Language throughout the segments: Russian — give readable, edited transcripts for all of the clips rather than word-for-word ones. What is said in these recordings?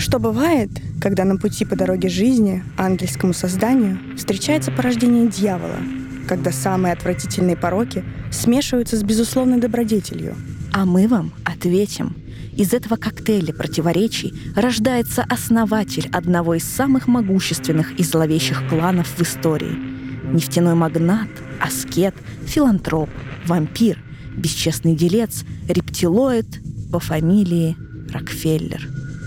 Что бывает, когда на пути по дороге жизни ангельскому созданию встречается порождение дьявола, когда самые отвратительные пороки смешиваются с безусловной добродетелью? А мы вам ответим. Из этого коктейля противоречий рождается основатель одного из самых могущественных и зловещих кланов в истории. Нефтяной магнат, аскет, филантроп, вампир, бесчестный делец, рептилоид по фамилии Рокфеллер.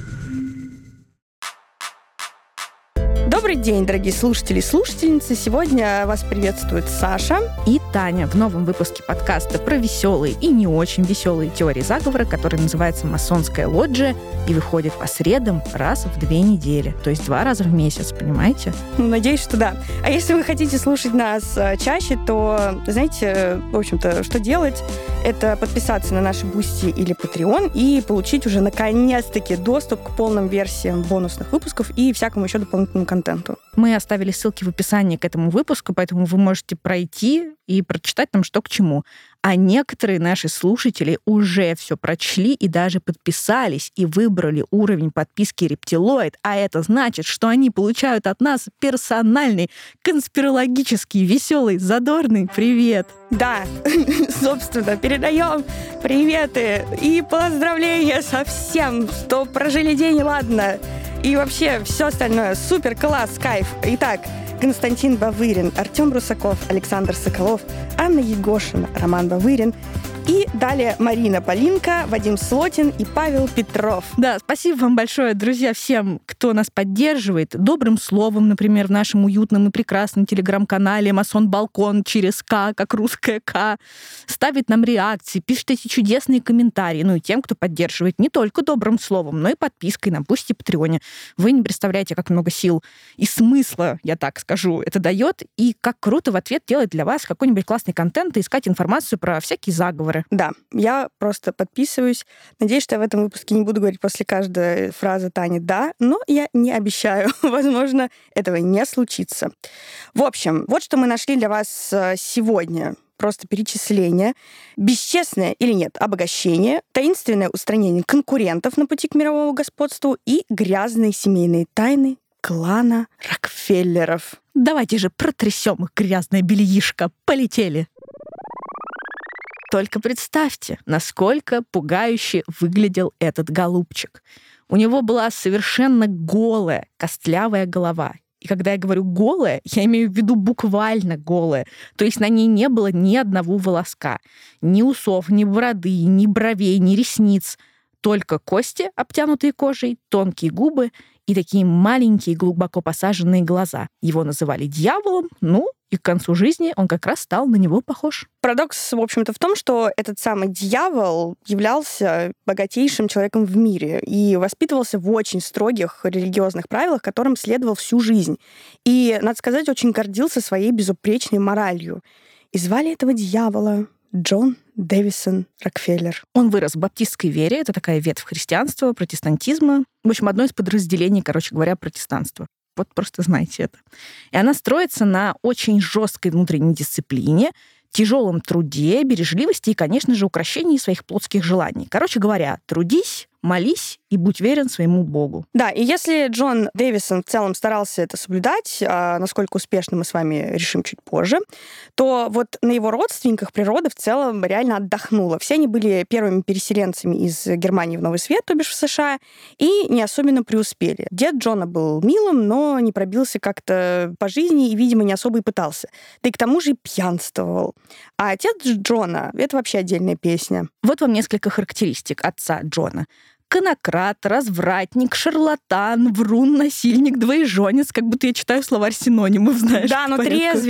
Добрый день, дорогие слушатели и слушательницы. Сегодня вас приветствует Саша и Таня в новом выпуске подкаста про веселые и не очень веселые теории заговора, который называется «Масонская лоджия» и выходит по средам раз в 2 недели, то есть 2 раза в месяц, понимаете? Надеюсь, что да. А если вы хотите слушать нас чаще, то, знаете, в общем-то, что делать? Это подписаться на наши Бусти или Patreon и получить уже наконец-таки доступ к полным версиям бонусных выпусков и всякому еще дополнительному контенту. Мы оставили ссылки в описании к этому выпуску, поэтому вы можете пройти и прочитать там, что к чему. А некоторые наши слушатели уже все прочли и даже подписались и выбрали уровень подписки «Рептилоид», а это значит, что они получают от нас персональный, конспирологический, веселый, задорный привет. Да, собственно, передаем приветы и поздравления со всем, что прожили день, ладно. И вообще все остальное супер, класс, кайф. Итак, Константин Бавырин, Артем Русаков, Александр Соколов, Анна Егошина, Роман Бавырин и далее Марина Полинка, Вадим Слотин и Павел Петров. Да, спасибо вам большое, друзья, всем, кто нас поддерживает. Добрым словом, например, в нашем уютном и прекрасном телеграм-канале «Масон Балкон» через К, как русское К. Ставит нам реакции, пишет эти чудесные комментарии. Ну и тем, кто поддерживает не только добрым словом, но и подпиской на Бусти и Патреоне. Вы не представляете, как много сил и смысла, я так скажу, это дает, и как круто в ответ делать для вас какой-нибудь классный контент и искать информацию про всякие заговоры. Да, я просто подписываюсь. Надеюсь, что я в этом выпуске не буду говорить после каждой фразы Тани «да», но я не обещаю. Возможно, этого не случится. В общем, вот что мы нашли для вас сегодня. Просто перечисление. Бесчестное или нет обогащение, таинственное устранение конкурентов на пути к мировому господству и грязные семейные тайны клана Рокфеллеров. Давайте же протрясем их грязное бельишко. Полетели! Только представьте, насколько пугающе выглядел этот голубчик. У него была совершенно голая, костлявая голова. И когда я говорю «голая», я имею в виду буквально голая. То есть на ней не было ни одного волоска. Ни усов, ни бороды, ни бровей, ни ресниц. Только кости, обтянутые кожей, тонкие губы и такие маленькие, глубоко посаженные глаза. Его называли дьяволом, и к концу жизни он как раз стал на него похож. Парадокс, в общем-то, в том, что этот самый дьявол являлся богатейшим человеком в мире и воспитывался в очень строгих религиозных правилах, которым следовал всю жизнь. И, надо сказать, очень гордился своей безупречной моралью. И звали этого дьявола Джон Дэвисон Рокфеллер. Он вырос в баптистской вере, это такая ветвь христианства, протестантизма. В общем, одно из подразделений, протестанства. Вот просто знайте это. И она строится на очень жесткой внутренней дисциплине, тяжелом труде, бережливости и, конечно же, укрощении своих плотских желаний. Короче говоря, трудись, молись и будь верен своему Богу. Да, и если Джон Дэвисон в целом старался это соблюдать, насколько успешно мы с вами решим чуть позже, то вот на его родственниках природа в целом реально отдохнула. Все они были первыми переселенцами из Германии в Новый Свет, то бишь в США, и не особенно преуспели. Дед Джона был милым, но не пробился как-то по жизни и, видимо, не особо и пытался. Да и к тому же и пьянствовал. А отец Джона — это вообще отдельная песня. Вот вам несколько характеристик отца Джона. Конократ, развратник, шарлатан, врун, насильник, двоеженец, как будто я читаю словарь синонимов, знаешь. Да, но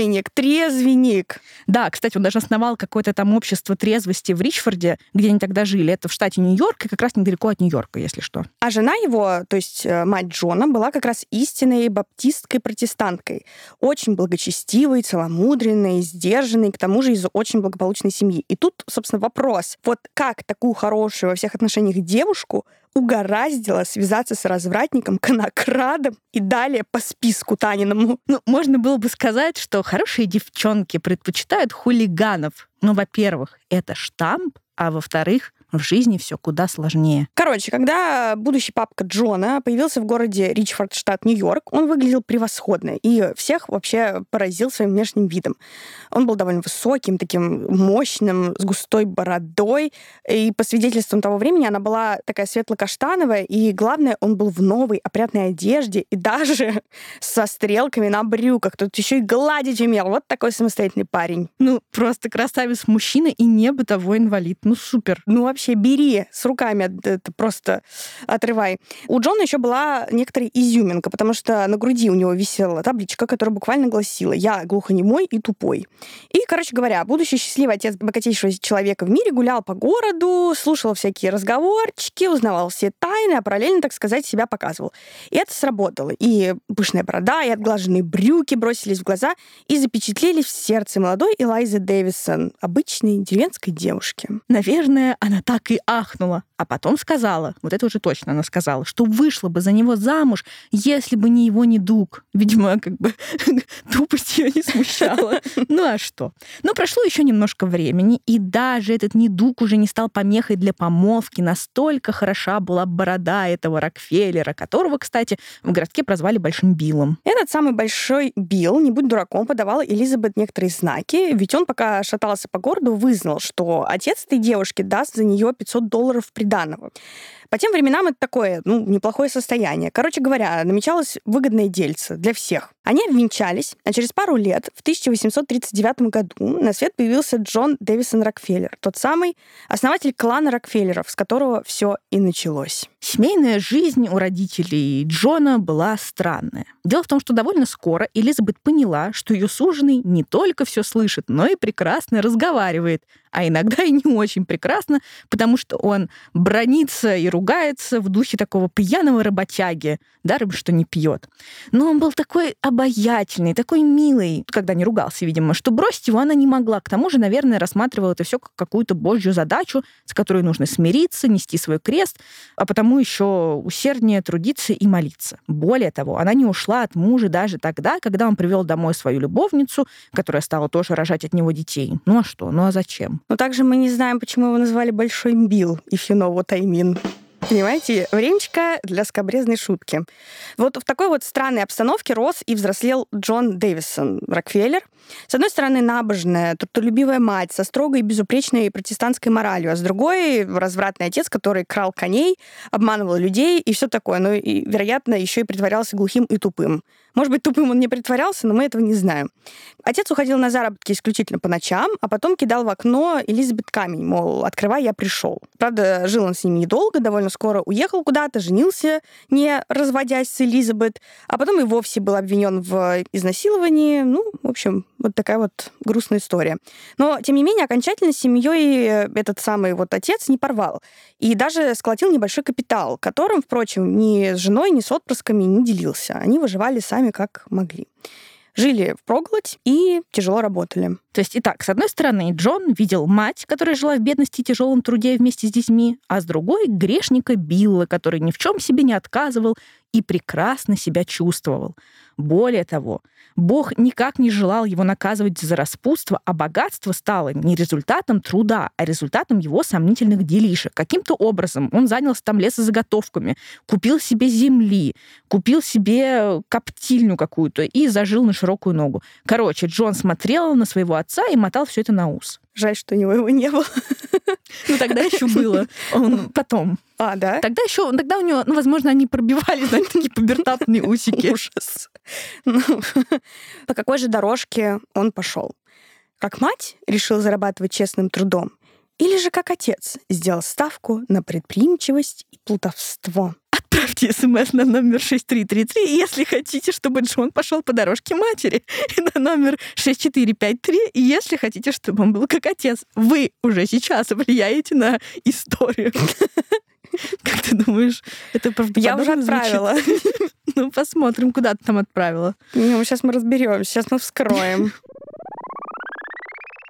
трезвенник. Да, кстати, он даже основал какое-то там общество трезвости в Ричфорде, где они тогда жили. Это в штате Нью-Йорк и как раз недалеко от Нью-Йорка, если что. А жена его, то есть мать Джона, была как раз истинной баптисткой-протестанткой. Очень благочестивой, целомудренной, сдержанной, к тому же из очень благополучной семьи. И тут, собственно, вопрос. Вот как такую хорошую во всех отношениях девушку угораздило связаться с развратником, конокрадом и далее по списку Таниному? Можно было бы сказать, что хорошие девчонки предпочитают хулиганов. Но, во-первых, это штамп, а во-вторых, в жизни все куда сложнее. Короче, когда будущий папка Джона появился в городе Ричфорд, штат Нью-Йорк, он выглядел превосходно и всех вообще поразил своим внешним видом. Он был довольно высоким, таким мощным, с густой бородой, и по свидетельствам того времени она была такая светло-каштановая, и главное, он был в новой опрятной одежде и даже со стрелками на брюках. Тут еще и гладить умел. Вот такой самостоятельный парень. Ну, просто красавец-мужчина и не бытовой инвалид. Ну, супер. Ну, вообще, бери с руками, это просто отрывай. У Джона еще была некоторая изюминка, потому что на груди у него висела табличка, которая буквально гласила «Я глухонемой и тупой». И, короче говоря, будущий счастливый отец богатейшего человека в мире гулял по городу, слушал всякие разговорчики, узнавал все тайны, а параллельно, так сказать, себя показывал. И это сработало. И пышная борода, и отглаженные брюки бросились в глаза и запечатлелись в сердце молодой Элайзы Дэвисон, обычной деревенской девушки. Наверное, она так и ахнула, а потом сказала, вот это уже точно она сказала, что вышла бы за него замуж, если бы не его недуг. Видимо, как бы тупость ее не смущала. Ну а что? Но прошло еще немножко времени, и даже этот недуг уже не стал помехой для помолвки. Настолько хороша была борода этого Рокфеллера, которого, кстати, в городке прозвали Большим Биллом. Этот самый Большой Билл, не будь дураком, подавал Элизабет некоторые знаки, ведь он, пока шатался по городу, вызнал, что отец этой девушки даст за нее $500 приданого. По тем временам это такое, неплохое состояние. Короче говоря, намечалось выгодное дельце для всех. Они обвенчались, а через пару лет, в 1839 году, на свет появился Джон Дэвисон Рокфеллер, тот самый основатель клана Рокфеллеров, с которого все и началось. Семейная жизнь у родителей Джона была странная. Дело в том, что довольно скоро Элизабет поняла, что ее суженый не только все слышит, но и прекрасно разговаривает, а иногда и не очень прекрасно, потому что он бранится и ругается в духе такого пьяного работяги, даром что не пьет. Но он был такой обаятельный, такой милый, когда не ругался, видимо, что бросить его она не могла. К тому же, наверное, рассматривала это все как какую-то божью задачу, с которой нужно смириться, нести свой крест, а потому еще усерднее трудиться и молиться. Более того, она не ушла от мужа даже тогда, когда он привел домой свою любовницу, которая стала тоже рожать от него детей. Ну а что? Ну а зачем? Но также мы не знаем, почему его назвали Большой Билл, if you know what I mean. Понимаете, времечко для скабрезной шутки. Вот в такой вот странной обстановке рос и взрослел Джон Дэвисон Рокфеллер. С одной стороны, набожная, трудолюбивая мать со строгой и безупречной протестантской моралью, а с другой — развратный отец, который крал коней, обманывал людей и все такое. Ну и, вероятно, еще и притворялся глухим и тупым. Может быть, тупым он не притворялся, но мы этого не знаем. Отец уходил на заработки исключительно по ночам, а потом кидал в окно Элизабет камень, мол, открывай, я пришел. Правда, жил он с ними недолго, довольно скоро уехал куда-то, женился, не разводясь с Элизабет, а потом и вовсе был обвинен в изнасиловании. Ну, в общем, вот такая вот грустная история. Но, тем не менее, окончательно с семьей этот самый вот отец не порвал. И даже сколотил небольшой капитал, которым, впрочем, ни с женой, ни с отпрысками не делился. Они выживали сами как могли. Жили впроголодь и тяжело работали. То есть, итак, с одной стороны, Джон видел мать, которая жила в бедности и тяжелом труде вместе с детьми, а с другой — грешника Билла, который ни в чем себе не отказывал и прекрасно себя чувствовал. Более того, Бог никак не желал его наказывать за распутство, а богатство стало не результатом труда, а результатом его сомнительных делишек. Каким-то образом он занялся там лесозаготовками, купил себе земли, купил себе коптильню какую-то и зажил на широкую ногу. Короче, Джон смотрел на своего отца и мотал все это на ус. Жаль, что у него его не было. Ну, тогда еще было. Он потом. А, да? Тогда у него, возможно, они пробивали, знаете, такие пубертатные усики. Ужас. По какой же дорожке он пошел? Как мать решил зарабатывать честным трудом? Или же как отец сделал ставку на предприимчивость и плутовство? Отправьте смс на номер 6333, если хотите, чтобы Джон пошел по дорожке матери, и на номер 6453, если хотите, чтобы он был как отец. Вы уже сейчас влияете на историю. Как ты думаешь, это правдоподобно Я уже отправила. Ну, посмотрим, куда ты там отправила. Сейчас мы разберемся, сейчас мы вскроем.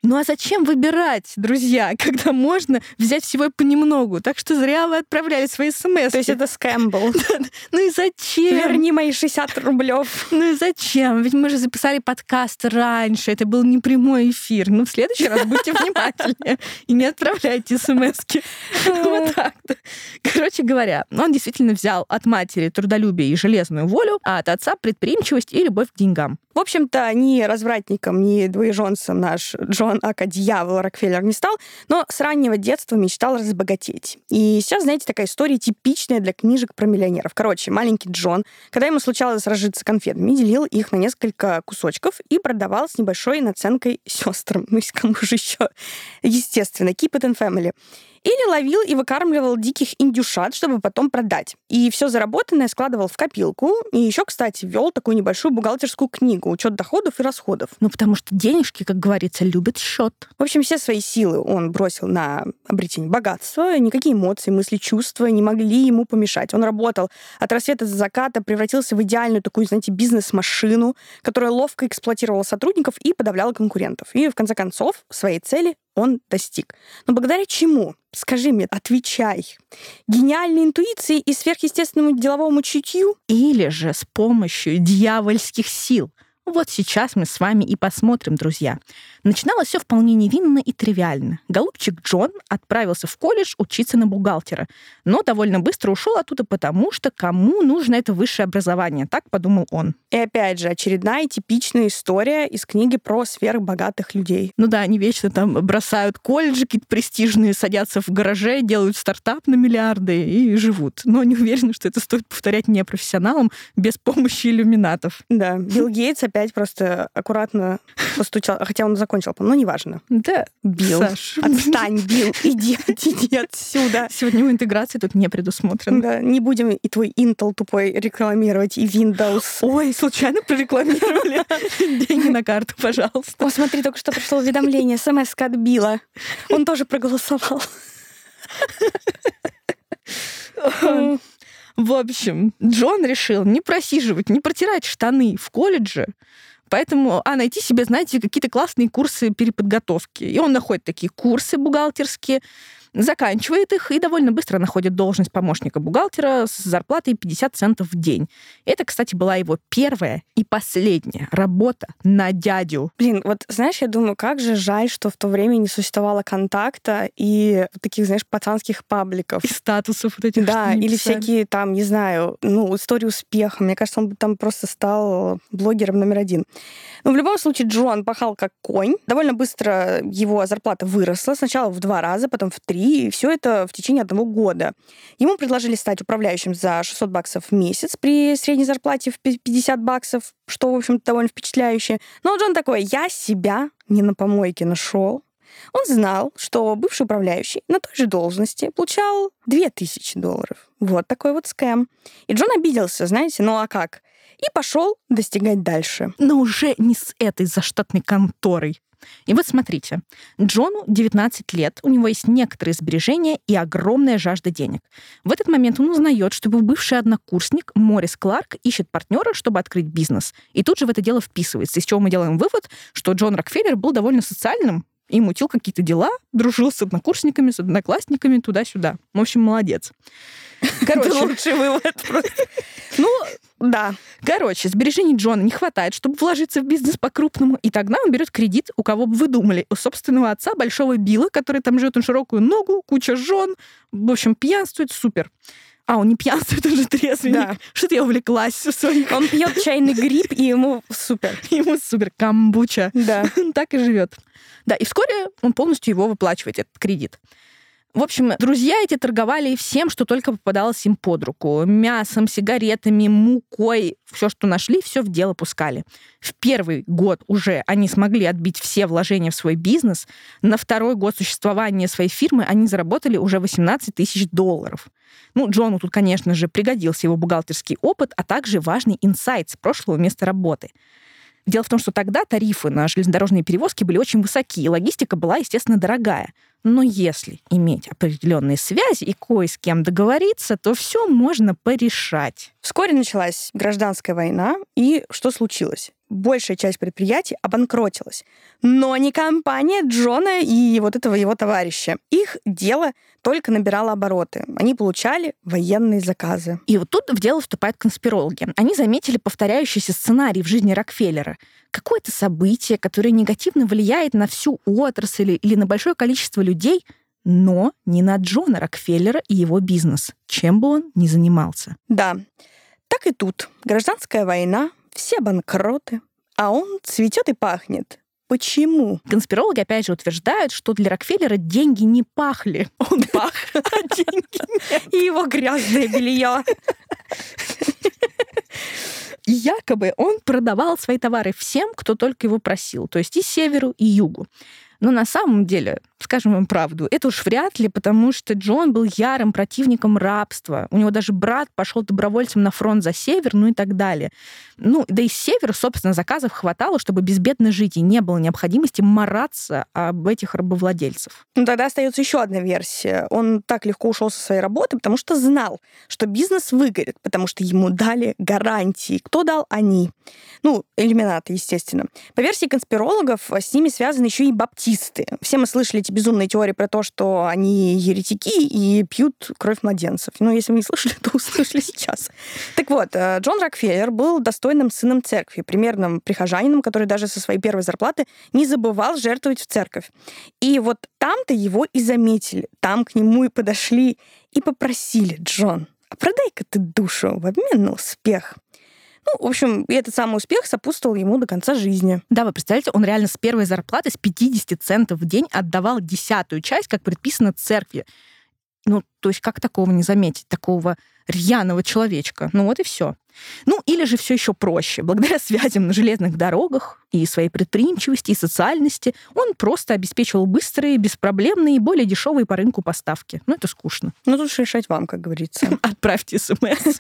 Ну а зачем выбирать, друзья, когда можно взять всего понемногу? Так что зря вы отправляли свои смс. То есть это скэм был. Ну и зачем? Верни мои 60 рублев. Ну и зачем? Ведь мы же записали подкаст раньше, это был не прямой эфир. Ну в следующий раз будьте внимательнее и не отправляйте смски. Вот так-то. Короче говоря, он действительно взял от матери трудолюбие и железную волю, а от отца предприимчивость и любовь к деньгам. В общем-то, ни развратником, ни двоеженцем наш Джон Ака Дьявол Рокфеллер не стал, но с раннего детства мечтал разбогатеть. И сейчас, знаете, такая история типичная для книжек про миллионеров. Короче, маленький Джон, когда ему случалось разжиться конфетами, делил их на несколько кусочков и продавал с небольшой наценкой сестрам. Ну, и кому же еще? Естественно, keep it in family. Или ловил и выкармливал диких индюшат, чтобы потом продать. И все заработанное складывал в копилку. И еще, кстати, вел такую небольшую бухгалтерскую книгу, учет доходов и расходов. Ну, потому что денежки, как говорится, любят счет. В общем, все свои силы он бросил на обретение богатства. Никакие эмоции, мысли, чувства не могли ему помешать. Он работал от рассвета до заката, превратился в идеальную такую, знаете, бизнес-машину, которая ловко эксплуатировала сотрудников и подавляла конкурентов. И, в конце концов, своей цели он достиг. Но благодаря чему? Скажи мне, отвечай. Гениальной интуиции и сверхъестественному деловому чутью? Или же с помощью дьявольских сил? Вот сейчас мы с вами и посмотрим, друзья. Начиналось все вполне невинно и тривиально. Голубчик Джон отправился в колледж учиться на бухгалтера, но довольно быстро ушел оттуда, потому что кому нужно это высшее образование, так подумал он. И опять же, очередная типичная история из книги про сверхбогатых людей. Ну да, они вечно там бросают колледжи какие-то престижные, садятся в гараже, делают стартап на миллиарды и живут. Но не уверена, что это стоит повторять непрофессионалам без помощи иллюминатов. Да, Билл Гейтс опять просто аккуратно постучал, хотя он закончил, по-моему, но неважно. Да, Билл, Саш. отстань, Билл, иди отсюда. Сегодня интеграции тут не предусмотрено. Да, не будем и твой Intel тупой рекламировать, и Windows. Ой, случайно прорекламировали. Деньги на карту, пожалуйста. О, смотри, только что пришло уведомление, смс-ка от Билла. Он тоже проголосовал. В общем, Джон решил не просиживать, не протирать штаны в колледже, поэтому, найти себе, знаете, какие-то классные курсы переподготовки. И он находит такие курсы бухгалтерские, заканчивает их и довольно быстро находит должность помощника бухгалтера с зарплатой 50 центов в день. Это, кстати, была его первая и последняя работа на дядю. Блин, вот знаешь, я думаю, как же жаль, что в то время не существовало контакта и таких, знаешь, пацанских пабликов. И статусов вот этих. Да, или всякие там, не знаю, истории успеха. Мне кажется, он бы там просто стал блогером номер 1. Но в любом случае Джон пахал как конь. Довольно быстро его зарплата выросла. Сначала в 2 раза, потом в 3. И все это в течение 1 года. Ему предложили стать управляющим за $600 в месяц при средней зарплате в $50, что, в общем-то, довольно впечатляюще. Но Джон такой: я себя не на помойке нашел. Он знал, что бывший управляющий на той же должности получал $2000. Вот такой вот скэм. И Джон обиделся, знаете, ну а как? И пошел достигать дальше. Но уже не с этой заштатной конторой. И вот смотрите, Джону 19 лет, у него есть некоторые сбережения и огромная жажда денег. В этот момент он узнает, что его бывший однокурсник Морис Кларк ищет партнера, чтобы открыть бизнес. И тут же в это дело вписывается, из чего мы делаем вывод, что Джон Рокфеллер был довольно социальным и мутил какие-то дела, дружил с однокурсниками, с одноклассниками, туда-сюда. В общем, молодец. Короче, лучший вывод просто. Да. Короче, сбережений Джона не хватает, чтобы вложиться в бизнес по-крупному, и тогда он берет кредит, у кого бы вы думали, у собственного отца, большого Билла, который там живет на широкую ногу, куча жен, в общем, пьянствует, супер. Он не пьянствует, он же трезвенник. Да. Что-то я увлеклась в своих... Он пьет чайный гриб, и ему супер. Ему супер, камбуча. Да. Так и живет. Да, и вскоре он полностью его выплачивает, этот кредит. В общем, друзья эти торговали всем, что только попадалось им под руку. Мясом, сигаретами, мукой. Все, что нашли, все в дело пускали. В первый год уже они смогли отбить все вложения в свой бизнес. На 2-й год существования своей фирмы они заработали уже $18 тысяч. Джону тут, конечно же, пригодился его бухгалтерский опыт, а также важный инсайт с прошлого места работы. Дело в том, что тогда тарифы на железнодорожные перевозки были очень высокие, и логистика была, естественно, дорогая. Но если иметь определенные связи и кое с кем договориться, то все можно порешать. Вскоре началась гражданская война, и что случилось? большая часть предприятий обанкротилась. Но не компания Джона и вот этого его товарища. Их дело только набирало обороты. Они получали военные заказы. И вот тут в дело вступают конспирологи. Они заметили повторяющийся сценарий в жизни Рокфеллера. Какое-то событие, которое негативно влияет на всю отрасль или на большое количество людей, но не на Джона Рокфеллера и его бизнес, чем бы он ни занимался. Да, так и тут. Гражданская война, все банкроты, а он цветет и пахнет. Почему? Конспирологи, опять же, утверждают, что для Рокфеллера деньги не пахли. Он пах, а деньги нет. И его грязное белье. И якобы он продавал свои товары всем, кто только его просил, то есть и северу, и югу. Но на самом деле, скажем вам правду, это уж вряд ли, потому что Джон был ярым противником рабства. У него даже брат пошел добровольцем на фронт за север, ну и так далее. Ну, да и с севера, собственно, заказов хватало, чтобы безбедно жить, и не было необходимости мараться об этих рабовладельцев. Ну, тогда остается еще одна версия. Он так легко ушел со своей работы, потому что знал, что бизнес выгорит, потому что ему дали гарантии. Кто дал? Они. Ну, иллюминаты, естественно. По версии конспирологов, с ними связаны еще и баптисты. Все мы слышали эти безумные теории про то, что они еретики и пьют кровь младенцев. Но если вы не слышали, то услышали сейчас. Так вот, Джон Рокфеллер был достойным сыном церкви, примерным прихожанином, который даже со своей первой зарплаты не забывал жертвовать в церковь. И вот там-то его и заметили. Там к нему и подошли и попросили: Джон, а продай-ка ты душу в обмен на успех. Ну, в общем, и этот самый успех сопутствовал ему до конца жизни. Да, вы представляете, он реально с первой зарплаты, с 50 центов в день отдавал 10-ю часть, как предписано церкви. Ну, то есть как такого не заметить, такого рьяного человечка? Ну вот и все. Ну, или же все еще проще. Благодаря связям на железных дорогах и своей предприимчивости и социальности он просто обеспечивал быстрые, беспроблемные и более дешевые по рынку поставки. Ну, это скучно. Ну, тут уж решать вам, как говорится. Отправьте СМС.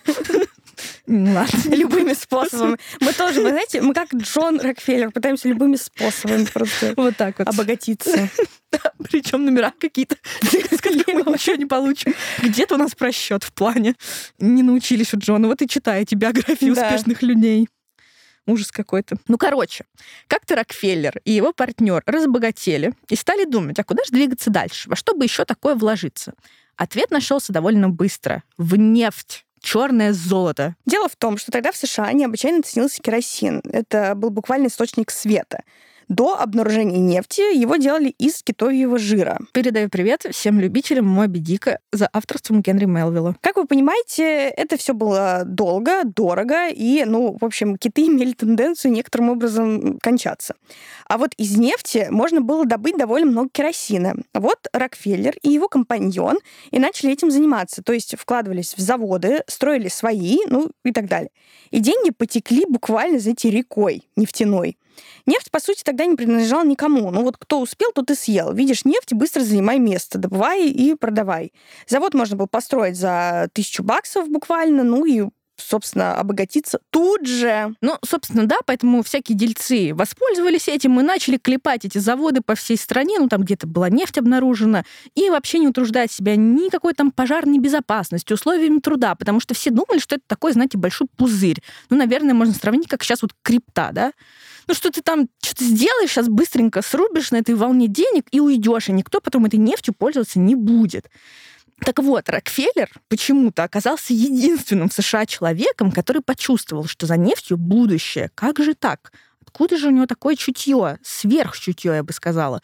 Ладно. Любыми способами. Мы тоже, вы знаете, мы как Джон Рокфеллер пытаемся любыми способами просто вот так вот обогатиться. Причем номера какие-то, с которых мы ничего не получим. Где-то у нас просчет в плане. Не научились у Джона. Вот и читаете биографии успешных людей. Ужас какой-то. Ну, короче, как-то Рокфеллер и его партнер разбогатели и стали думать, а куда же двигаться дальше? Во что бы еще такое вложиться? Ответ нашелся довольно быстро. В нефть. Черное золото. Дело в том, что тогда в США необычайно ценился керосин. Это был буквально источник света. До обнаружения нефти его делали из китовьего жира. Передаю привет всем любителям Моби Дика за авторством Генри Мелвилла. Как вы понимаете, это все было долго, дорого, и, ну, в общем, киты имели тенденцию некоторым образом кончаться. А вот из нефти можно было добыть довольно много керосина. Вот Рокфеллер и его компаньон и начали этим заниматься. То есть вкладывались в заводы, строили свои, ну и так далее. И деньги потекли буквально, знаете, рекой нефтяной. Нефть, по сути, тогда не принадлежала никому. Ну вот кто успел, тот и съел. Видишь нефть, быстро занимай место, добывай и продавай. Завод можно было построить за $1000 буквально, ну и собственно, обогатиться тут же. Ну, собственно, да, поэтому всякие дельцы воспользовались этим и начали клепать эти заводы по всей стране, ну, там где-то была нефть обнаружена, и вообще не утруждать себя никакой там пожарной безопасностью, условиями труда, потому что все думали, что это такой, знаете, большой пузырь. Ну, наверное, можно сравнить, как сейчас вот крипта, да? Ну, что ты там что-то сделаешь, сейчас быстренько срубишь на этой волне денег и уйдешь, и никто потом этой нефтью пользоваться не будет. Так вот, Рокфеллер почему-то оказался единственным в США человеком, который почувствовал, что за нефтью будущее. Как же так? Откуда же у него такое чутье? Сверхчутье, я бы сказала.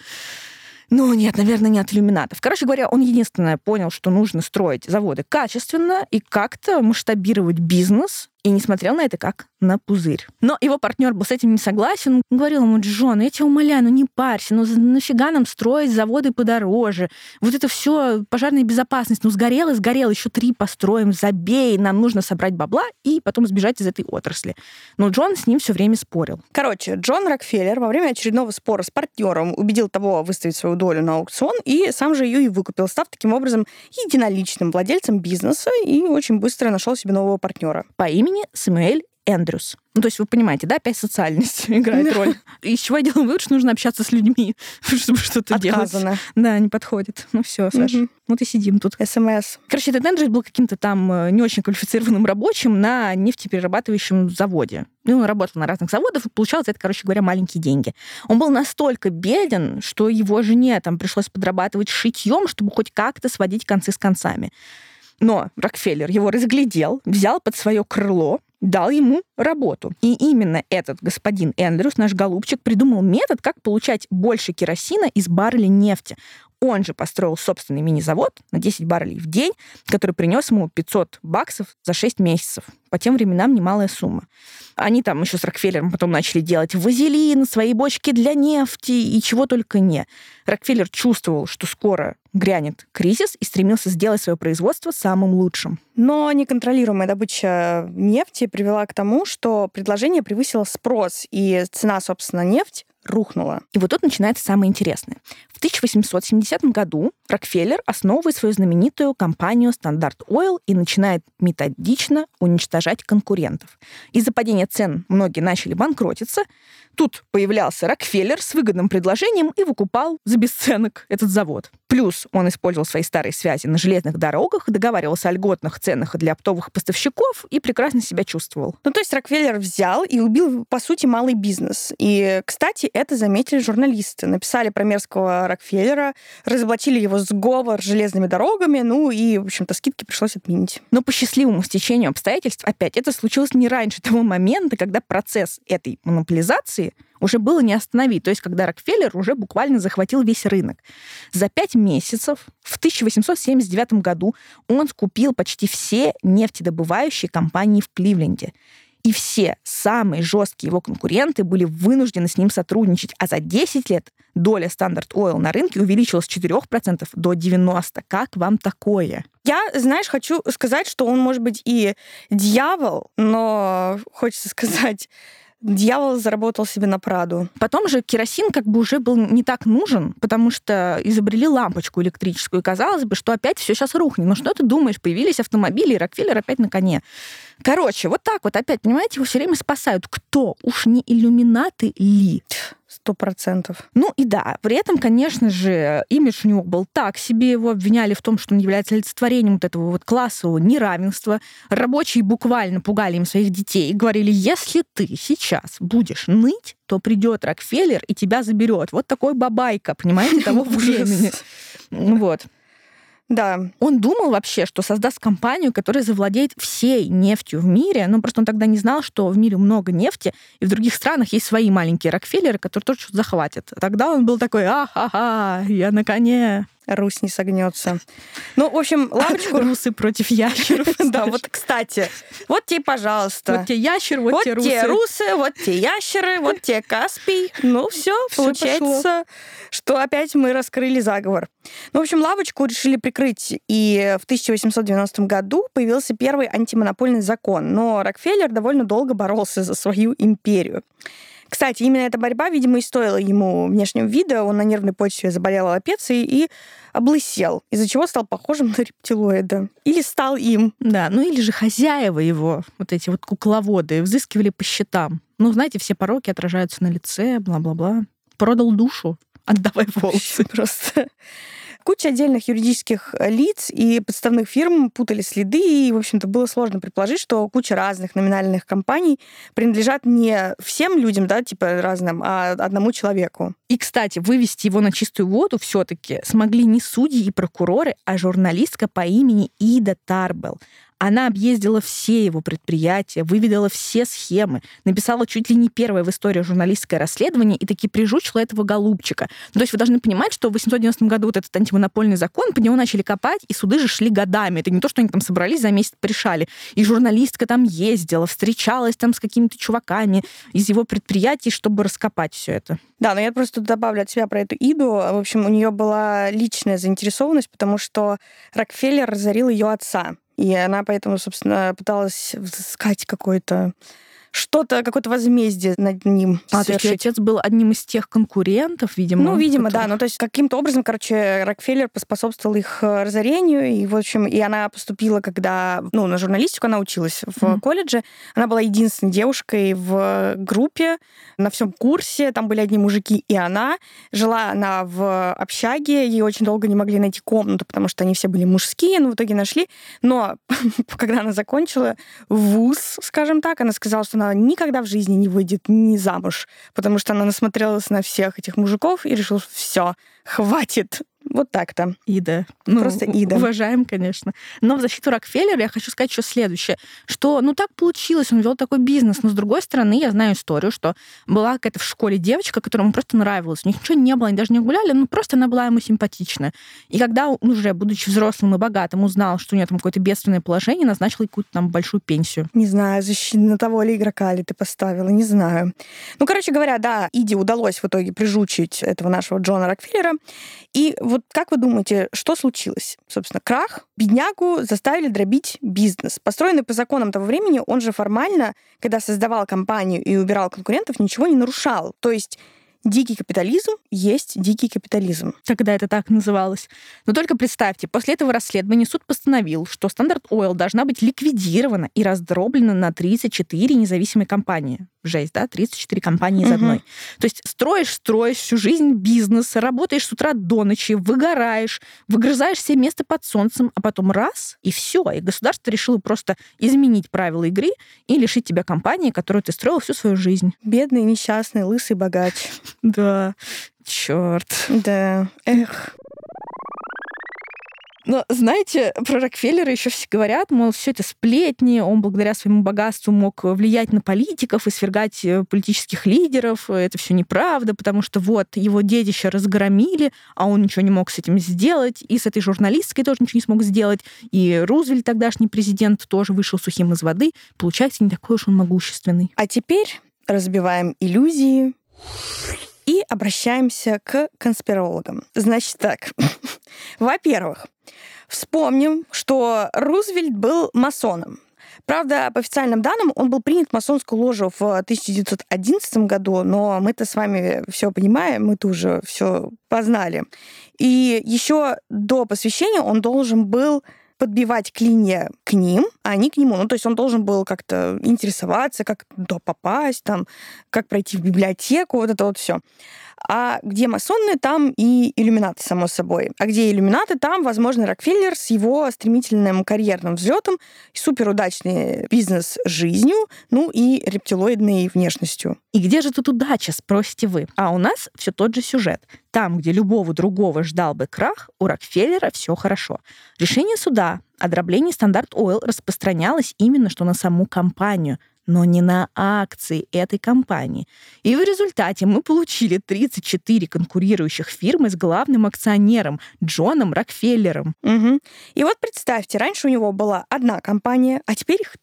Ну, нет, наверное, не от иллюминатов. Короче говоря, он единственное понял, что нужно строить заводы качественно и как-то масштабировать бизнес, и не смотрел на это как на пузырь. Но его партнер был с этим не согласен. Он говорил ему: Джон, я тебя умоляю, ну не парься, ну нафига нам строить заводы подороже? Вот это все пожарная безопасность. Ну сгорел и сгорел, еще 3 построим, забей, нам нужно собрать бабла и потом сбежать из этой отрасли. Но Джон с ним все время спорил. Короче, Джон Рокфеллер во время очередного спора с партнером убедил того выставить свою долю на аукцион и сам же ее и выкупил, став таким образом единоличным владельцем бизнеса и очень быстро нашел себе нового партнера. По имени Сэмюэль Эндрюс. Ну, то есть вы понимаете, да, опять социальность играет роль. Из чего я делаю вывод, что нужно общаться с людьми, чтобы что-то делать. Отказано. Да, не подходит. Ну все, Саша, вот и сидим тут. СМС. Короче, этот Эндрюс был каким-то там не очень квалифицированным рабочим на нефтеперерабатывающем заводе. Ну, он работал на разных заводах и получал за это, короче говоря, маленькие деньги. Он был настолько беден, что его жене там пришлось подрабатывать шитьем, чтобы хоть как-то сводить концы с концами. Но Рокфеллер его разглядел, взял под свое крыло, дал ему работу. И именно этот господин Эндрюс, наш голубчик, придумал метод, как получать больше керосина из барреля нефти. Он же построил собственный мини-завод на 10 баррелей в день, который принес ему $500 за 6 месяцев. По тем временам немалая сумма. Они там еще с Рокфеллером потом начали делать вазелин, свои бочки для нефти и чего только не. Рокфеллер чувствовал, что скоро грянет кризис и стремился сделать свое производство самым лучшим. Но неконтролируемая добыча нефти привела к тому, что предложение превысило спрос, и цена, собственно, нефти рухнула. И вот тут начинается самое интересное. В 1870 году Рокфеллер основывает свою знаменитую компанию Standard Oil и начинает методично уничтожать конкурентов. Из-за падения цен многие начали банкротиться. Тут появлялся Рокфеллер с выгодным предложением и выкупал за бесценок этот завод. Плюс он использовал свои старые связи на железных дорогах, договаривался о льготных ценах для оптовых поставщиков и прекрасно себя чувствовал. Ну, то есть Рокфеллер взял и убил, по сути, малый бизнес. И, кстати, это заметили журналисты. Написали про мерзкого Рокфеллера, разоблачили его сговор с железными дорогами, ну и, в общем-то, скидки пришлось отменить. Но по счастливому стечению обстоятельств, опять, это случилось не раньше того момента, когда процесс этой монополизации уже было не остановить. То есть, когда Рокфеллер уже буквально захватил весь рынок. За 5 месяцев в 1879 году он скупил почти все нефтедобывающие компании в Кливленде. И все самые жесткие его конкуренты были вынуждены с ним сотрудничать. А за 10 лет доля Standard Oil на рынке увеличилась с 4% до 90%. Как вам такое? Я, знаешь, хочу сказать, что он может быть и дьявол, но хочется сказать... Дьявол заработал себе на Праду. Потом же керосин как бы уже был не так нужен, потому что изобрели лампочку электрическую. И казалось бы, что опять все сейчас рухнет. Но что ты думаешь? Появились автомобили, и Рокфеллер опять на коне. Короче, вот так вот опять, понимаете, его все время спасают. Кто? Уж не иллюминаты ли? 100%. Ну и да, при этом, конечно же, имидж у него был так себе, его обвиняли в том, что он является олицетворением вот этого вот классового неравенства. Рабочие буквально пугали им своих детей и говорили, если ты сейчас будешь ныть, то придет Рокфеллер и тебя заберет. Вот такой бабайка, понимаете, того времени. Вот. Да. Он думал вообще, что создаст компанию, которая завладеет всей нефтью в мире, но просто он тогда не знал, что в мире много нефти, и в других странах есть свои маленькие Рокфеллеры, которые тоже что-то захватят. Тогда он был такой, а-ха-ха, я на коне. Русь не согнется. Ну, в общем, лампочку... Русы против ящеров. Да, вот, кстати, вот тебе, пожалуйста. Вот тебе ящер, вот тебе русы. Вот тебе русы, вот тебе ящеры, вот тебе Каспий. Ну, все, получается, что опять мы раскрыли заговор. Ну, в общем, лавочку решили прикрыть, и в 1890 году появился первый антимонопольный закон, но Рокфеллер довольно долго боролся за свою империю. Кстати, именно эта борьба, видимо, и стоила ему внешнего вида. Он на нервной почве заболел аллопецией и облысел, из-за чего стал похожим на рептилоида. Или стал им. Да, ну или же хозяева его, вот эти вот кукловоды, взыскивали по счетам. Ну, знаете, все пороки отражаются на лице, бла-бла-бла. Продал душу, отдавай волосы. Просто... Куча отдельных юридических лиц и подставных фирм путали следы, и, в общем-то, было сложно предположить, что куча разных номинальных компаний принадлежат не всем людям, да, типа разным, а одному человеку. И, кстати, вывести его на чистую воду все-таки смогли не судьи и прокуроры, а журналистка по имени Ида Тарбелл. Она объездила все его предприятия, выведала все схемы, написала чуть ли не первое в истории журналистское расследование и таки прижучила этого голубчика. Ну, то есть вы должны понимать, что в 890 году вот этот антимонопольный закон, по нему начали копать, и суды же шли годами. Это не то, что они там собрались, за месяц порешали. И журналистка там ездила, встречалась там с какими-то чуваками из его предприятий, чтобы раскопать все это. Да, но я просто добавлю от себя про эту Иду. В общем, у нее была личная заинтересованность, потому что Рокфеллер разорил ее отца. И она поэтому, собственно, пыталась взыскать какое-то что-то, какое-то возмездие над ним то есть совершить. отец был одним из тех конкурентов, видимо? Ну, видимо, да. которых- Ну, то есть каким-то образом, Рокфеллер поспособствовал их разорению. И, в общем, и она поступила, когда... Ну, на журналистику она училась в колледже. Она была единственной девушкой в группе, на всем курсе. Там были одни мужики и она. Жила она в общаге. Ей очень долго не могли найти комнату, потому что они все были мужские. Но в итоге нашли. Но когда она закончила вуз, скажем так, она сказала, что она никогда в жизни не выйдет ни замуж, потому что она насмотрелась на всех этих мужиков и решила, все, хватит. Вот так-то. Ида. Ну, Просто Ида. Уважаем, конечно. Но в защиту Рокфеллера я хочу сказать еще следующее, что, ну, так получилось, он вел такой бизнес, но, с другой стороны, я знаю историю, что была какая-то в школе девочка, которая ему просто нравилась. У них ничего не было, они даже не гуляли, ну, просто она была ему симпатичная. И когда он уже, будучи взрослым и богатым, узнал, что у нее там какое-то бедственное положение, назначил ей какую-то там большую пенсию. Не знаю, на того ли игрока ли ты поставила, не знаю. Ну, короче говоря, да, Иде удалось в итоге прижучить этого нашего Джона Рокфеллера. И вот как вы думаете, что случилось? Собственно, крах. Беднягу заставили дробить бизнес. Построенный по законам того времени, он же формально, когда создавал компанию и убирал конкурентов, ничего не нарушал. То есть дикий капитализм есть дикий капитализм. Тогда это так называлось. Но только представьте, после этого расследования суд постановил, что Standard Oil должна быть ликвидирована и раздроблена на 34 независимые компании. Жесть, да? 34 компании из одной. То есть строишь всю жизнь бизнес, работаешь с утра до ночи, выгораешь, выгрызаешь себе место под солнцем, а потом раз, и все. И государство решило просто изменить правила игры и лишить тебя компании, которую ты строил всю свою жизнь. Бедный, несчастный, лысый богач. Да, черт. Да, эх. Но, знаете, про Рокфеллера еще все говорят, мол, все это сплетни, он благодаря своему богатству мог влиять на политиков и свергать политических лидеров. Это все неправда, потому что вот его детища разгромили, а он ничего не мог с этим сделать, и с этой журналисткой тоже ничего не смог сделать, и Рузвельт, тогдашний президент, тоже вышел сухим из воды. Получается, не такой уж он могущественный. А теперь разбиваем иллюзии и обращаемся к конспирологам. Значит так, во-первых, вспомним, что Рузвельт был масоном. Правда, по официальным данным, он был принят в масонскую ложу в 1911 году, но мы-то с вами все понимаем, мы-то уже все познали. И еще до посвящения он должен был подбивать клинья к ним, а они к нему. Ну, то есть он должен был как-то интересоваться, как туда попасть, там, как пройти в библиотеку, вот это вот все. А где масоны, там и иллюминаты, само собой. А где иллюминаты, там, возможно, Рокфеллер с его стремительным карьерным взлетом, суперудачной бизнес-жизнью, ну и рептилоидной внешностью. И где же тут удача, спросите вы? А у нас все тот же сюжет. Там, где любого другого ждал бы крах, у Рокфеллера все хорошо. Решение суда о дроблении Standard Oil распространялось именно что на саму компанию, но не на акции этой компании. И в результате мы получили 34 конкурирующих фирмы с главным акционером Джоном Рокфеллером. Угу. И вот представьте, раньше у него была одна компания, а теперь их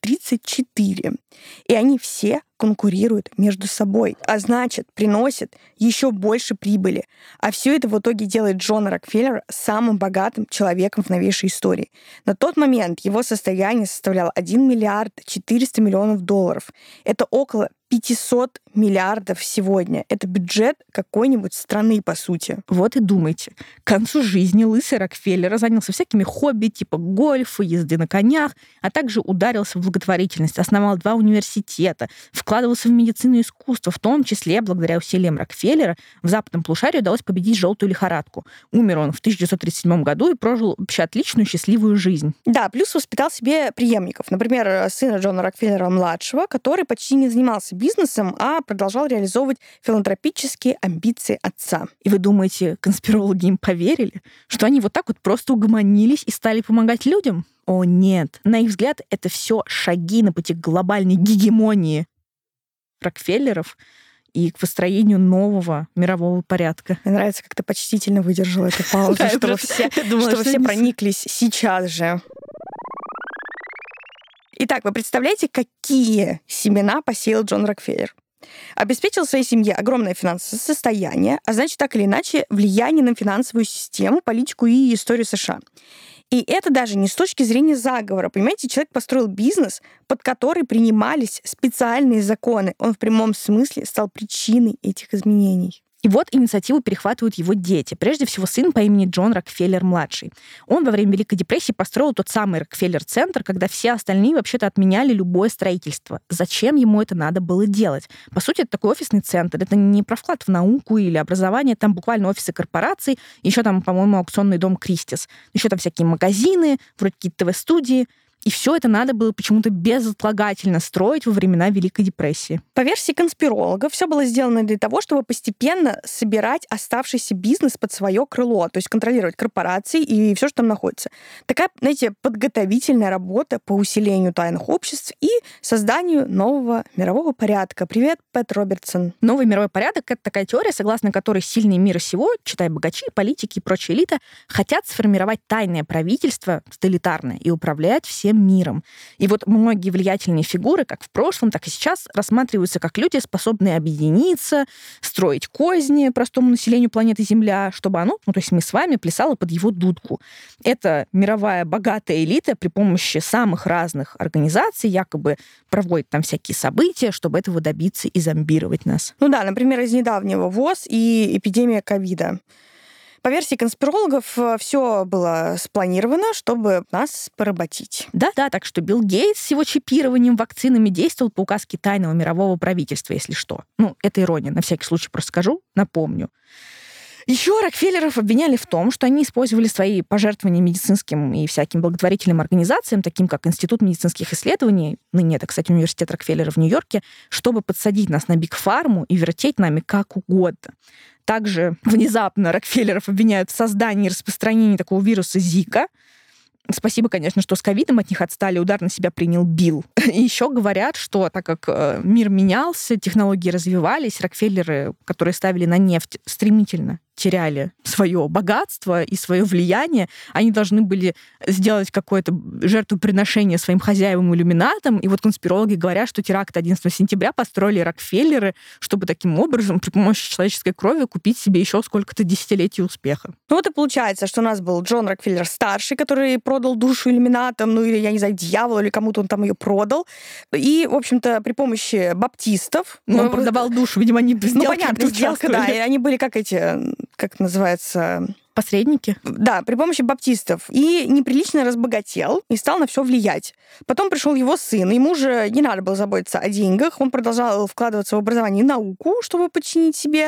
34. И они все конкурируют между собой, а значит, приносят еще больше прибыли. А все это в итоге делает Джон Рокфеллер самым богатым человеком в новейшей истории. На тот момент его состояние составляло 1 миллиард 400 миллионов долларов. Это около 500 миллиардов сегодня. Это бюджет какой-нибудь страны, по сути. Вот и думайте. К концу жизни лысый Рокфеллер занялся всякими хобби, типа гольфа, езды на конях, а также ударился в благотворительность, основал 2 университета, вкладывался в медицину и искусство, в том числе благодаря усилиям Рокфеллера в западном полушарии удалось победить желтую лихорадку. Умер он в 1937 году и прожил вообще отличную, счастливую жизнь. Да, плюс воспитал себе преемников. Например, сына Джона Рокфеллера-младшего, который почти не занимался бизнесом, а продолжал реализовывать филантропические амбиции отца. И вы думаете, конспирологи им поверили? Что они вот так вот просто угомонились и стали помогать людям? О, нет. На их взгляд, это все шаги на пути к глобальной гегемонии Рокфеллеров и к построению нового мирового порядка. Мне нравится, как ты почтительно выдержала эту паузу, чтобы все прониклись сейчас же. Итак, вы представляете, какие семена посеял Джон Рокфеллер? Обеспечил своей семье огромное финансовое состояние, а значит, так или иначе, влияние на финансовую систему, политику и историю США. И это даже не с точки зрения заговора. Понимаете, человек построил бизнес, под который принимались специальные законы. Он в прямом смысле стал причиной этих изменений. И вот инициативу перехватывают его дети. Прежде всего, сын по имени Джон Рокфеллер-младший. Он во время Великой депрессии построил тот самый Рокфеллер-центр, когда все остальные вообще-то отменяли любое строительство. Зачем ему это надо было делать? По сути, это такой офисный центр. Это не про вклад в науку или образование. Там буквально офисы корпораций. Еще там, по-моему, аукционный дом Кристис. Еще там всякие магазины, вроде какие-то ТВ-студии. И все это надо было почему-то безотлагательно строить во времена Великой депрессии. По версии конспирологов, все было сделано для того, чтобы постепенно собирать оставшийся бизнес под свое крыло, то есть контролировать корпорации и все, что там находится. Такая, знаете, подготовительная работа по усилению тайных обществ и созданию нового мирового порядка. Привет, Пэт Робертсон. Новый мировой порядок — это такая теория, согласно которой сильные мира сего, читай богачи, политики и прочая элита, хотят сформировать тайное правительство, тоталитарное, и управлять всем миром. И вот многие влиятельные фигуры, как в прошлом, так и сейчас, рассматриваются как люди, способные объединиться, строить козни простому населению планеты Земля, чтобы оно, то есть мы с вами, плясало под его дудку. Это мировая богатая элита при помощи самых разных организаций якобы проводит там всякие события, чтобы этого добиться и зомбировать нас. Ну да, например, из недавнего ВОЗ и эпидемия ковида. По версии конспирологов, все было спланировано, чтобы нас поработить. Да, так что Билл Гейтс с его чипированием, вакцинами действовал по указке тайного мирового правительства, если что. Это ирония, на всякий случай просто скажу, напомню. Еще Рокфеллеров обвиняли в том, что они использовали свои пожертвования медицинским и всяким благотворительным организациям, таким как Институт медицинских исследований, ныне это, кстати, университет Рокфеллера в Нью-Йорке, чтобы подсадить нас на бигфарму и вертеть нами как угодно. Также внезапно Рокфеллеров обвиняют в создании и распространении такого вируса Зика. Спасибо, конечно, что с ковидом от них отстали, удар на себя принял Билл. И еще говорят, что так как мир менялся, технологии развивались, Рокфеллеры, которые ставили на нефть, стремительно теряли свое богатство и свое влияние, они должны были сделать какое-то жертвоприношение своим хозяевам-иллюминатам. И вот конспирологи говорят, что теракт 11 сентября построили Рокфеллеры, чтобы таким образом при помощи человеческой крови купить себе еще сколько-то десятилетий успеха. Вот и получается, что у нас был Джон Рокфеллер-старший, который продал душу иллюминатам, или, я не знаю, дьяволу, или кому-то он там ее продал. И, в общем-то, при помощи баптистов... Он продавал душу, видимо, они сделки понятно, сделка, да, и они были как это называется... Посредники? Да, при помощи баптистов. И неприлично разбогател и стал на все влиять. Потом пришел его сын. Ему же не надо было заботиться о деньгах. Он продолжал вкладываться в образование и науку, чтобы подчинить себе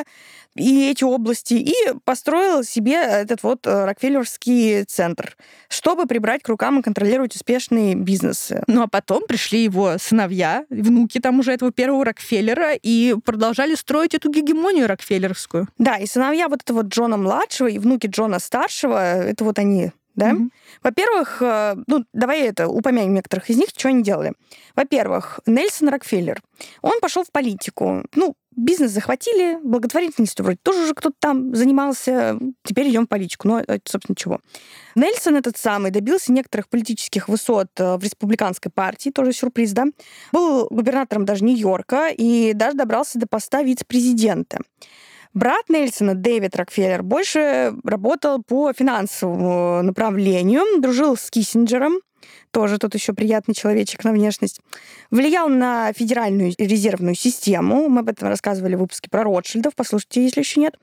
и эти области. И построил себе этот вот Рокфеллерский центр, чтобы прибрать к рукам и контролировать успешные бизнесы. Ну а потом пришли его сыновья, внуки там уже этого первого Рокфеллера, и продолжали строить эту гегемонию рокфеллеровскую. Да, и сыновья вот этого Джона-младшего и внуки Джона старшего, это вот они, да? Mm-hmm. Во-первых, давай упомянем некоторых из них, что они делали. Во-первых, Нельсон Рокфеллер. Он пошел в политику. Бизнес захватили, благотворительностью вроде тоже уже кто-то там занимался. Теперь идем в политику. Но это, собственно, чего. Нельсон этот самый добился некоторых политических высот в республиканской партии, тоже сюрприз, да? Был губернатором даже Нью-Йорка и даже добрался до поста вице-президента. Брат Нельсона, Дэвид Рокфеллер, больше работал по финансовому направлению, дружил с Киссинджером, тоже тот еще приятный человечек на внешность, влиял на Федеральную резервную систему. Мы об этом рассказывали в выпуске про Ротшильдов, послушайте, если еще нет.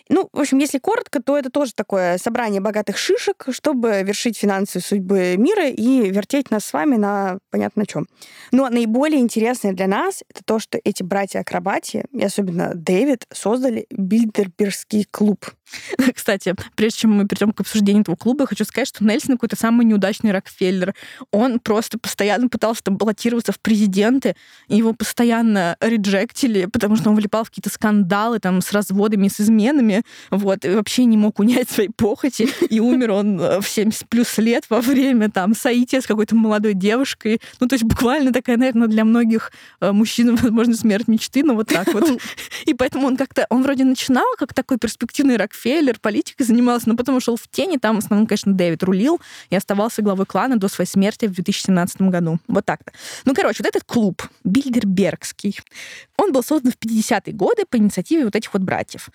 В общем, если коротко, то это тоже такое собрание богатых шишек, чтобы вершить финансовые судьбы мира и вертеть нас с вами на понятно на чем. Но наиболее интересное для нас это то, что эти братья-акробати, и особенно Дэвид, создали Бильдербергский клуб. Кстати, прежде чем мы перейдем к обсуждению этого клуба, я хочу сказать, что Нельсон какой-то самый неудачный Рокфеллер. Он просто постоянно пытался там баллотироваться в президенты, и его постоянно реджектили, потому что он влипал в какие-то скандалы там с разводами, с изменами, и вообще не мог унять своей похоти, и умер он в 70 плюс лет во время там соития с какой-то молодой девушкой. То есть буквально такая, наверное, для многих мужчин, возможно, смерть мечты, но вот так вот. И поэтому он вроде начинал как такой перспективный Рокфеллер, политикой занимался, но потом ушел в тени, там в основном, конечно, Дэвид рулил и оставался главой клана до своей смерти в 2017 году. Вот так-то. Вот этот клуб Бильдербергский, он был создан в 50-е годы по инициативе вот этих вот братьев.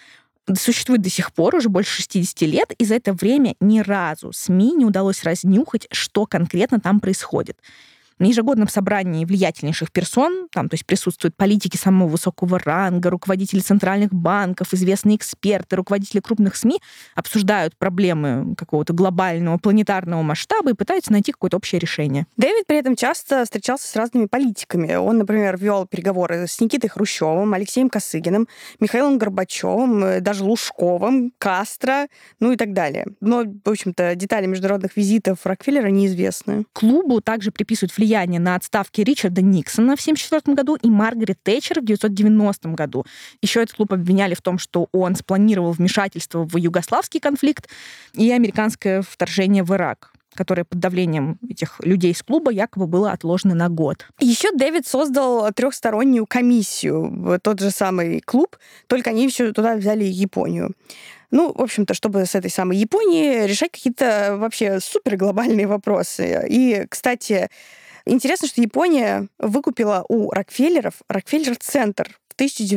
существует до сих пор уже больше 60 лет, и за это время ни разу СМИ не удалось разнюхать, что конкретно там происходит. На ежегодном собрании влиятельнейших персон, там, то есть присутствуют политики самого высокого ранга, руководители центральных банков, известные эксперты, руководители крупных СМИ, обсуждают проблемы какого-то глобального планетарного масштаба и пытаются найти какое-то общее решение. Дэвид при этом часто встречался с разными политиками. Он, например, вел переговоры с Никитой Хрущевым, Алексеем Косыгиным, Михаилом Горбачевым, даже Лужковым, Кастро, ну и так далее. Но, в общем-то, детали международных визитов Рокфеллера неизвестны. Клубу также приписывают влияние на отставки Ричарда Никсона в 1974 году и Маргарет Тэтчер в 1990 году. Еще этот клуб обвиняли в том, что он спланировал вмешательство в югославский конфликт и американское вторжение в Ирак, которое под давлением этих людей из клуба якобы было отложено на год. Еще Дэвид создал трехстороннюю комиссию в тот же самый клуб, только они еще туда взяли Японию. Ну, в общем-то, чтобы с этой самой Японией решать какие-то вообще суперглобальные вопросы. И, кстати, интересно, что Япония выкупила у Рокфеллеров Рокфеллер-центр в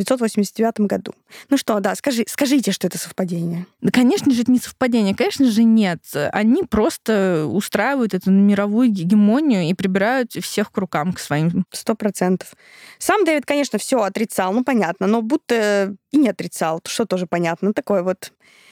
1989 году. Ну что, да, скажите, что это совпадение. Да, конечно же, это не совпадение, конечно же, нет. Они просто устраивают эту мировую гегемонию и прибирают всех к рукам, к своим. 100%. Сам Дэвид, конечно, все отрицал, ну, понятно, но будто и не отрицал, что тоже понятно. Такое вот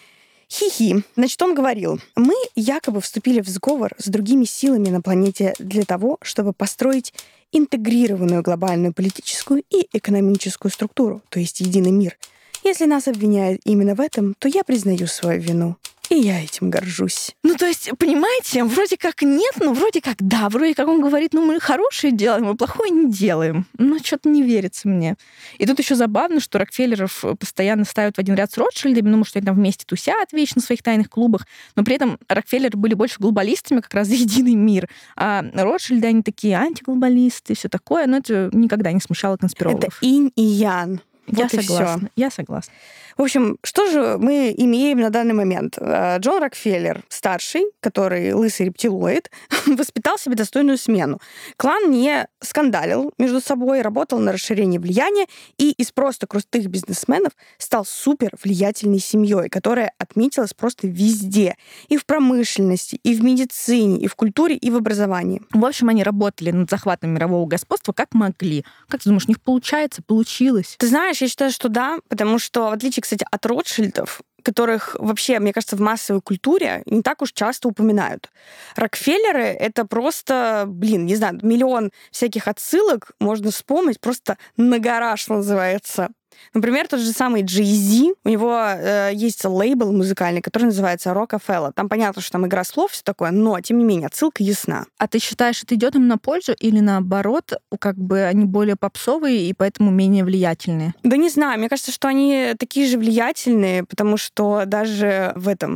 хи-хи. Значит, он говорил, мы якобы вступили в сговор с другими силами на планете для того, чтобы построить интегрированную глобальную политическую и экономическую структуру, то есть единый мир. Если нас обвиняют именно в этом, то я признаю свою вину. И я этим горжусь. Ну, то есть, понимаете, вроде как нет, но вроде как да. Вроде как он говорит, ну, мы хорошее делаем, а плохое не делаем. Но что-то не верится мне. И тут еще забавно, что Рокфеллеров постоянно ставят в один ряд с Ротшильдами, потому что они там вместе тусят вечно в своих тайных клубах. Но при этом Рокфеллеры были больше глобалистами, как раз за единый мир. А Ротшильды, они такие антиглобалисты, все такое. Но это никогда не смущало конспирологов. Это инь и ян. Я согласна. Я согласна. В общем, что же мы имеем на данный момент? Джон Рокфеллер, старший, который лысый рептилоид, воспитал себе достойную смену. Клан не скандалил между собой, работал на расширение влияния и из просто крутых бизнесменов стал супер влиятельной семьей, которая отметилась просто везде. И в промышленности, и в медицине, и в культуре, и в образовании. В общем, они работали над захватом мирового господства как могли. Как ты думаешь, у них получается? Получилось? Ты знаешь, я считаю, что да, потому что, в отличие, кстати, от Ротшильдов, которых вообще, мне кажется, в массовой культуре не так уж часто упоминают. Рокфеллеры — это просто, не знаю, миллион всяких отсылок можно вспомнить, просто на гора, что называется. Например, тот же самый Jay-Z, у него есть лейбл музыкальный, который называется Rockefeller. Там понятно, что там игра слов, все такое, но, тем не менее, отсылка ясна. А ты считаешь, это идет им на пользу или наоборот, как бы они более попсовые и поэтому менее влиятельные? Да не знаю, мне кажется, что они такие же влиятельные, потому что даже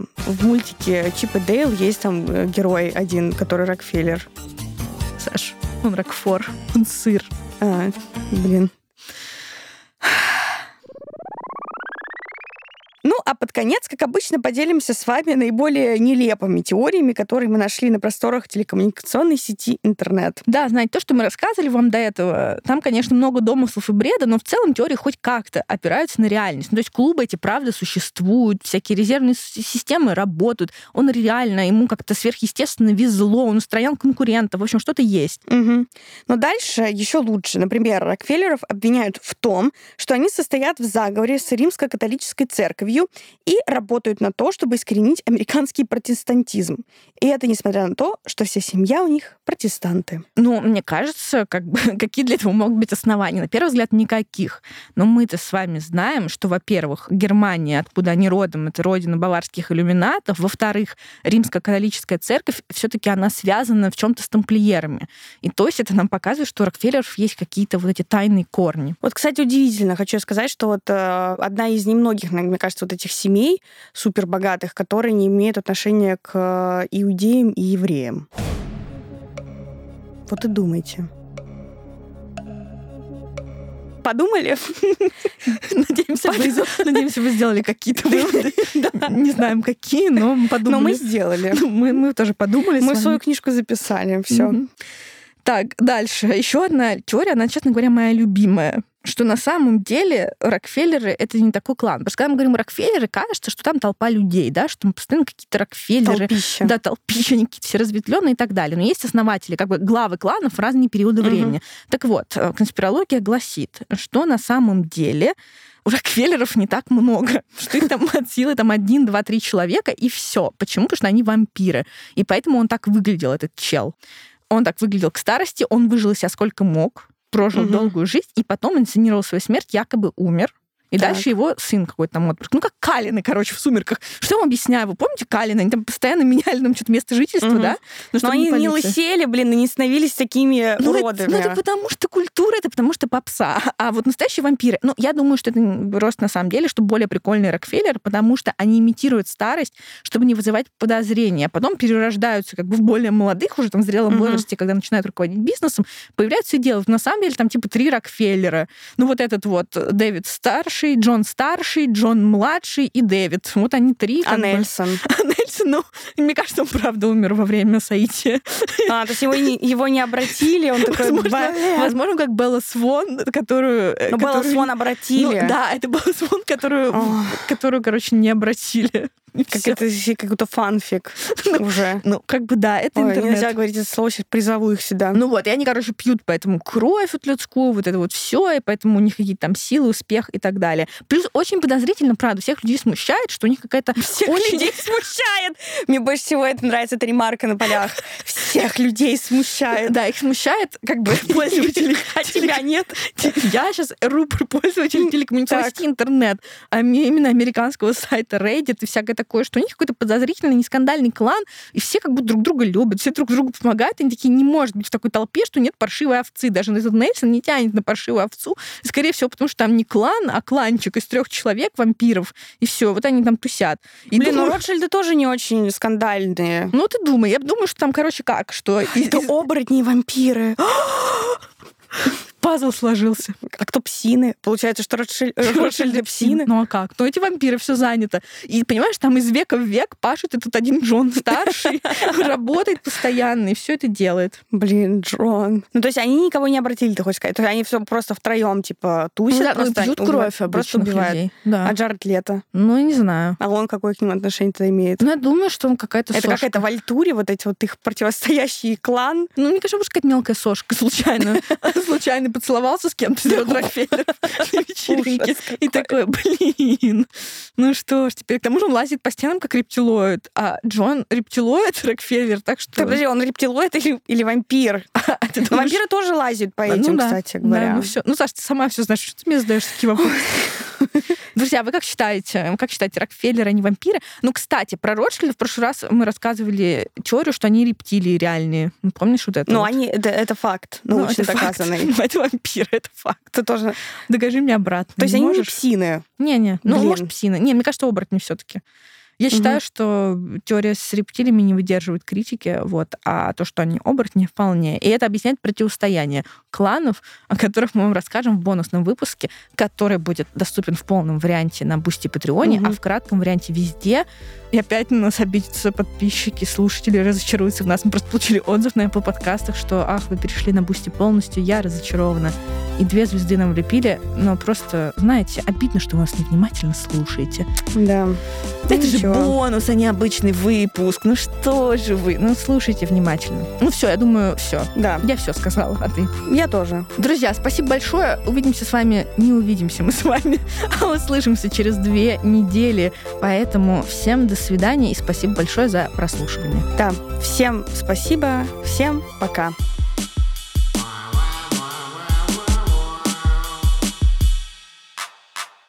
в мультике Чип и Дейл есть там герой один, который Рокфеллер. Саш, он Рокфор, он сыр. Блин. Ну, а под конец, как обычно, поделимся с вами наиболее нелепыми теориями, которые мы нашли на просторах телекоммуникационной сети интернет. Да, знаете, то, что мы рассказывали вам до этого, там, конечно, много домыслов и бреда, но в целом теории хоть как-то опираются на реальность. Ну, то есть клубы эти, правда, существуют, всякие резервные системы работают, он реально, ему как-то сверхъестественно везло, он устранял конкурентов, в общем, что-то есть. Угу. Но дальше еще лучше. Например, Рокфеллеров обвиняют в том, что они состоят в заговоре с римско-католической церковью и работают на то, чтобы искоренить американский протестантизм. И это несмотря на то, что вся семья у них протестанты. Ну, мне кажется, какие для этого могут быть основания? На первый взгляд, никаких. Но мы-то с вами знаем, что, во-первых, Германия, откуда они родом, это родина баварских иллюминатов. Во-вторых, римско-католическая церковь, все-таки она связана в чем-то с тамплиерами. И то есть это нам показывает, что у Рокфеллеров есть какие-то вот эти тайные корни. Вот, кстати, удивительно. Хочу сказать, что вот одна из немногих, мне кажется, вот этих семей супербогатых, которые не имеют отношения к иудеям и евреям. Вот и думайте. Подумали? Надеемся, вы сделали какие-то выводы. Не знаем, какие, но подумали. Но мы сделали. Мы тоже подумали. Мы свою книжку записали. Все. Так, дальше. Еще одна теория, она, честно говоря, моя любимая, что на самом деле Рокфеллеры — это не такой клан. Потому что когда мы говорим Рокфеллеры, кажется, что там толпа людей, да, что там постоянно какие-то Рокфеллеры. Толпища. Да, толпища, они какие-то все разветвленные и так далее. Но есть основатели, как бы главы кланов в разные периоды времени. Так вот, конспирология гласит, что на самом деле у Рокфеллеров не так много, что их там от силы 1, 2, 3 человека, и все. Почему? Потому что они вампиры. И поэтому он так выглядел, этот чел. Он так выглядел к старости, он выжил из себя сколько мог, прожил долгую жизнь, и потом инсценировал свою смерть, якобы умер. И дальше его сын какой-то там отпрыск. Ну, как Калины, короче, в «Сумерках». Что я вам объясняю? Вы помните Калины? Они там постоянно меняли нам что-то место жительства, да? Но они не лысели, блин, и не становились такими уродами. Это потому что культура, это потому что попса. А вот настоящие вампиры... Ну, я думаю, что это просто на самом деле, что более прикольный Рокфеллер, потому что они имитируют старость, чтобы не вызывать подозрения. А потом перерождаются как бы в более молодых, уже там в зрелом возрасте, когда начинают руководить бизнесом, появляются и делают. На самом деле там типа 3 Рокфеллера. Ну, вот этот вот Дэвид Старший, Джон Старший, Джон Младший и Дэвид. Вот они 3. А Нельсон? А Нельсон, ну, мне кажется, он правда умер во время соития. То есть его не обратили, он такой... Возможно, как Белла Свон, которую... Но Белла Свон обратили. Ну, да, это Белла Свон, которую, короче, не обратили. Как это какой-то фанфик уже. Ну, как бы да, это интернет. Нельзя говорить это слово, сейчас призову их сюда. Ну вот, и они, короче, пьют поэтому кровь от людскую, вот это вот все, и поэтому у них какие-то там силы, успех и так далее. Плюс очень подозрительно, правда, всех людей смущает, что у них какая-то... Всех людей смущает! Мне больше всего это нравится, эта ремарка на полях. Всех людей смущает. Да, их смущает как бы пользователи. А тебя нет? Я сейчас рупор пользователей телекоммуникации интернет, а именно американского сайта Reddit и всякое такое, что у них какой-то подозрительный, нескандальный клан, и все как будто друг друга любят, все друг другу помогают, и они такие, не может быть в такой толпе, что нет паршивой овцы. Даже этот Нельсон не тянет на паршивую овцу, скорее всего, потому что там не клан, а кланчик из 3 человек, вампиров, и все, вот они там тусят. И блин, ну Ротшильды тоже не очень скандальные. Ну, ты думай, я думаю, что там, короче, как, что... Это оборотни и вампиры. Пазл сложился. А кто псины? Получается, что Ротшильды псины? Ну а как? Ну эти вампиры, все занято. И понимаешь, там из века в век пашет этот один Джон Старший, работает постоянно и все это делает. Блин, Джон. Ну то есть они никого не обратили, ты хочешь сказать? То есть они все просто втроем типа тусят, просто пьют кровь просто убивают. Людей. Да. А Джаред Лето? Ну, не знаю. А он какое к ним отношение-то имеет? Ну, я думаю, что он какая-то это сошка. Это какая-то Вальтури, вот эти вот их противостоящий клан. Ну, мне кажется, может, какая-то мелкая сошка случайно поцеловался с кем-то из Рокфеллеров на вечеринке. И такой, блин, ну что ж, теперь к тому же он лазит по стенам, как рептилоид. А Джон рептилоид, Рокфеллер, так что... Подожди, он рептилоид или вампир? Вампиры тоже лазят по этим, кстати говоря. Ну все. Ну, Саша, ты сама все знаешь. Что ты мне задаешь такие вопросы? Друзья, вы как считаете? Рокфеллеры, они вампиры? Ну, кстати, про Ротшильдов в прошлый раз мы рассказывали теорию, что они рептилии реальные. Помнишь вот это? Ну, это факт, научно доказанный. Это вампиры, это факт. Ты тоже... Докажи мне обратно. То есть они не псины? Не-не. Ну, может, псины. Не, мне кажется, оборотни все-таки. Я считаю, что теория с рептилиями не выдерживает критики, вот, а то, что они оборотни, вполне. И это объясняет противостояние кланов, о которых мы вам расскажем в бонусном выпуске, который будет доступен в полном варианте на Бусти и Патреоне, а в кратком варианте везде. И опять на нас обидятся подписчики, слушатели разочаруются в нас. Мы просто получили отзыв на Apple подкастах, что вы перешли на Бусти полностью, я разочарована. И 2 звезды нам влепили, но просто, знаете, обидно, что вы нас невнимательно слушаете. Да. Это же бонус, а не обычный выпуск. Ну что же вы? Ну слушайте внимательно. Ну все, я думаю, все. Да. Я все сказала, а ты? Я тоже. Друзья, спасибо большое. Увидимся с вами. Не увидимся мы с вами, а услышимся через 2 недели. Поэтому всем до свидания и спасибо большое за прослушивание. Да. Всем спасибо. Всем пока.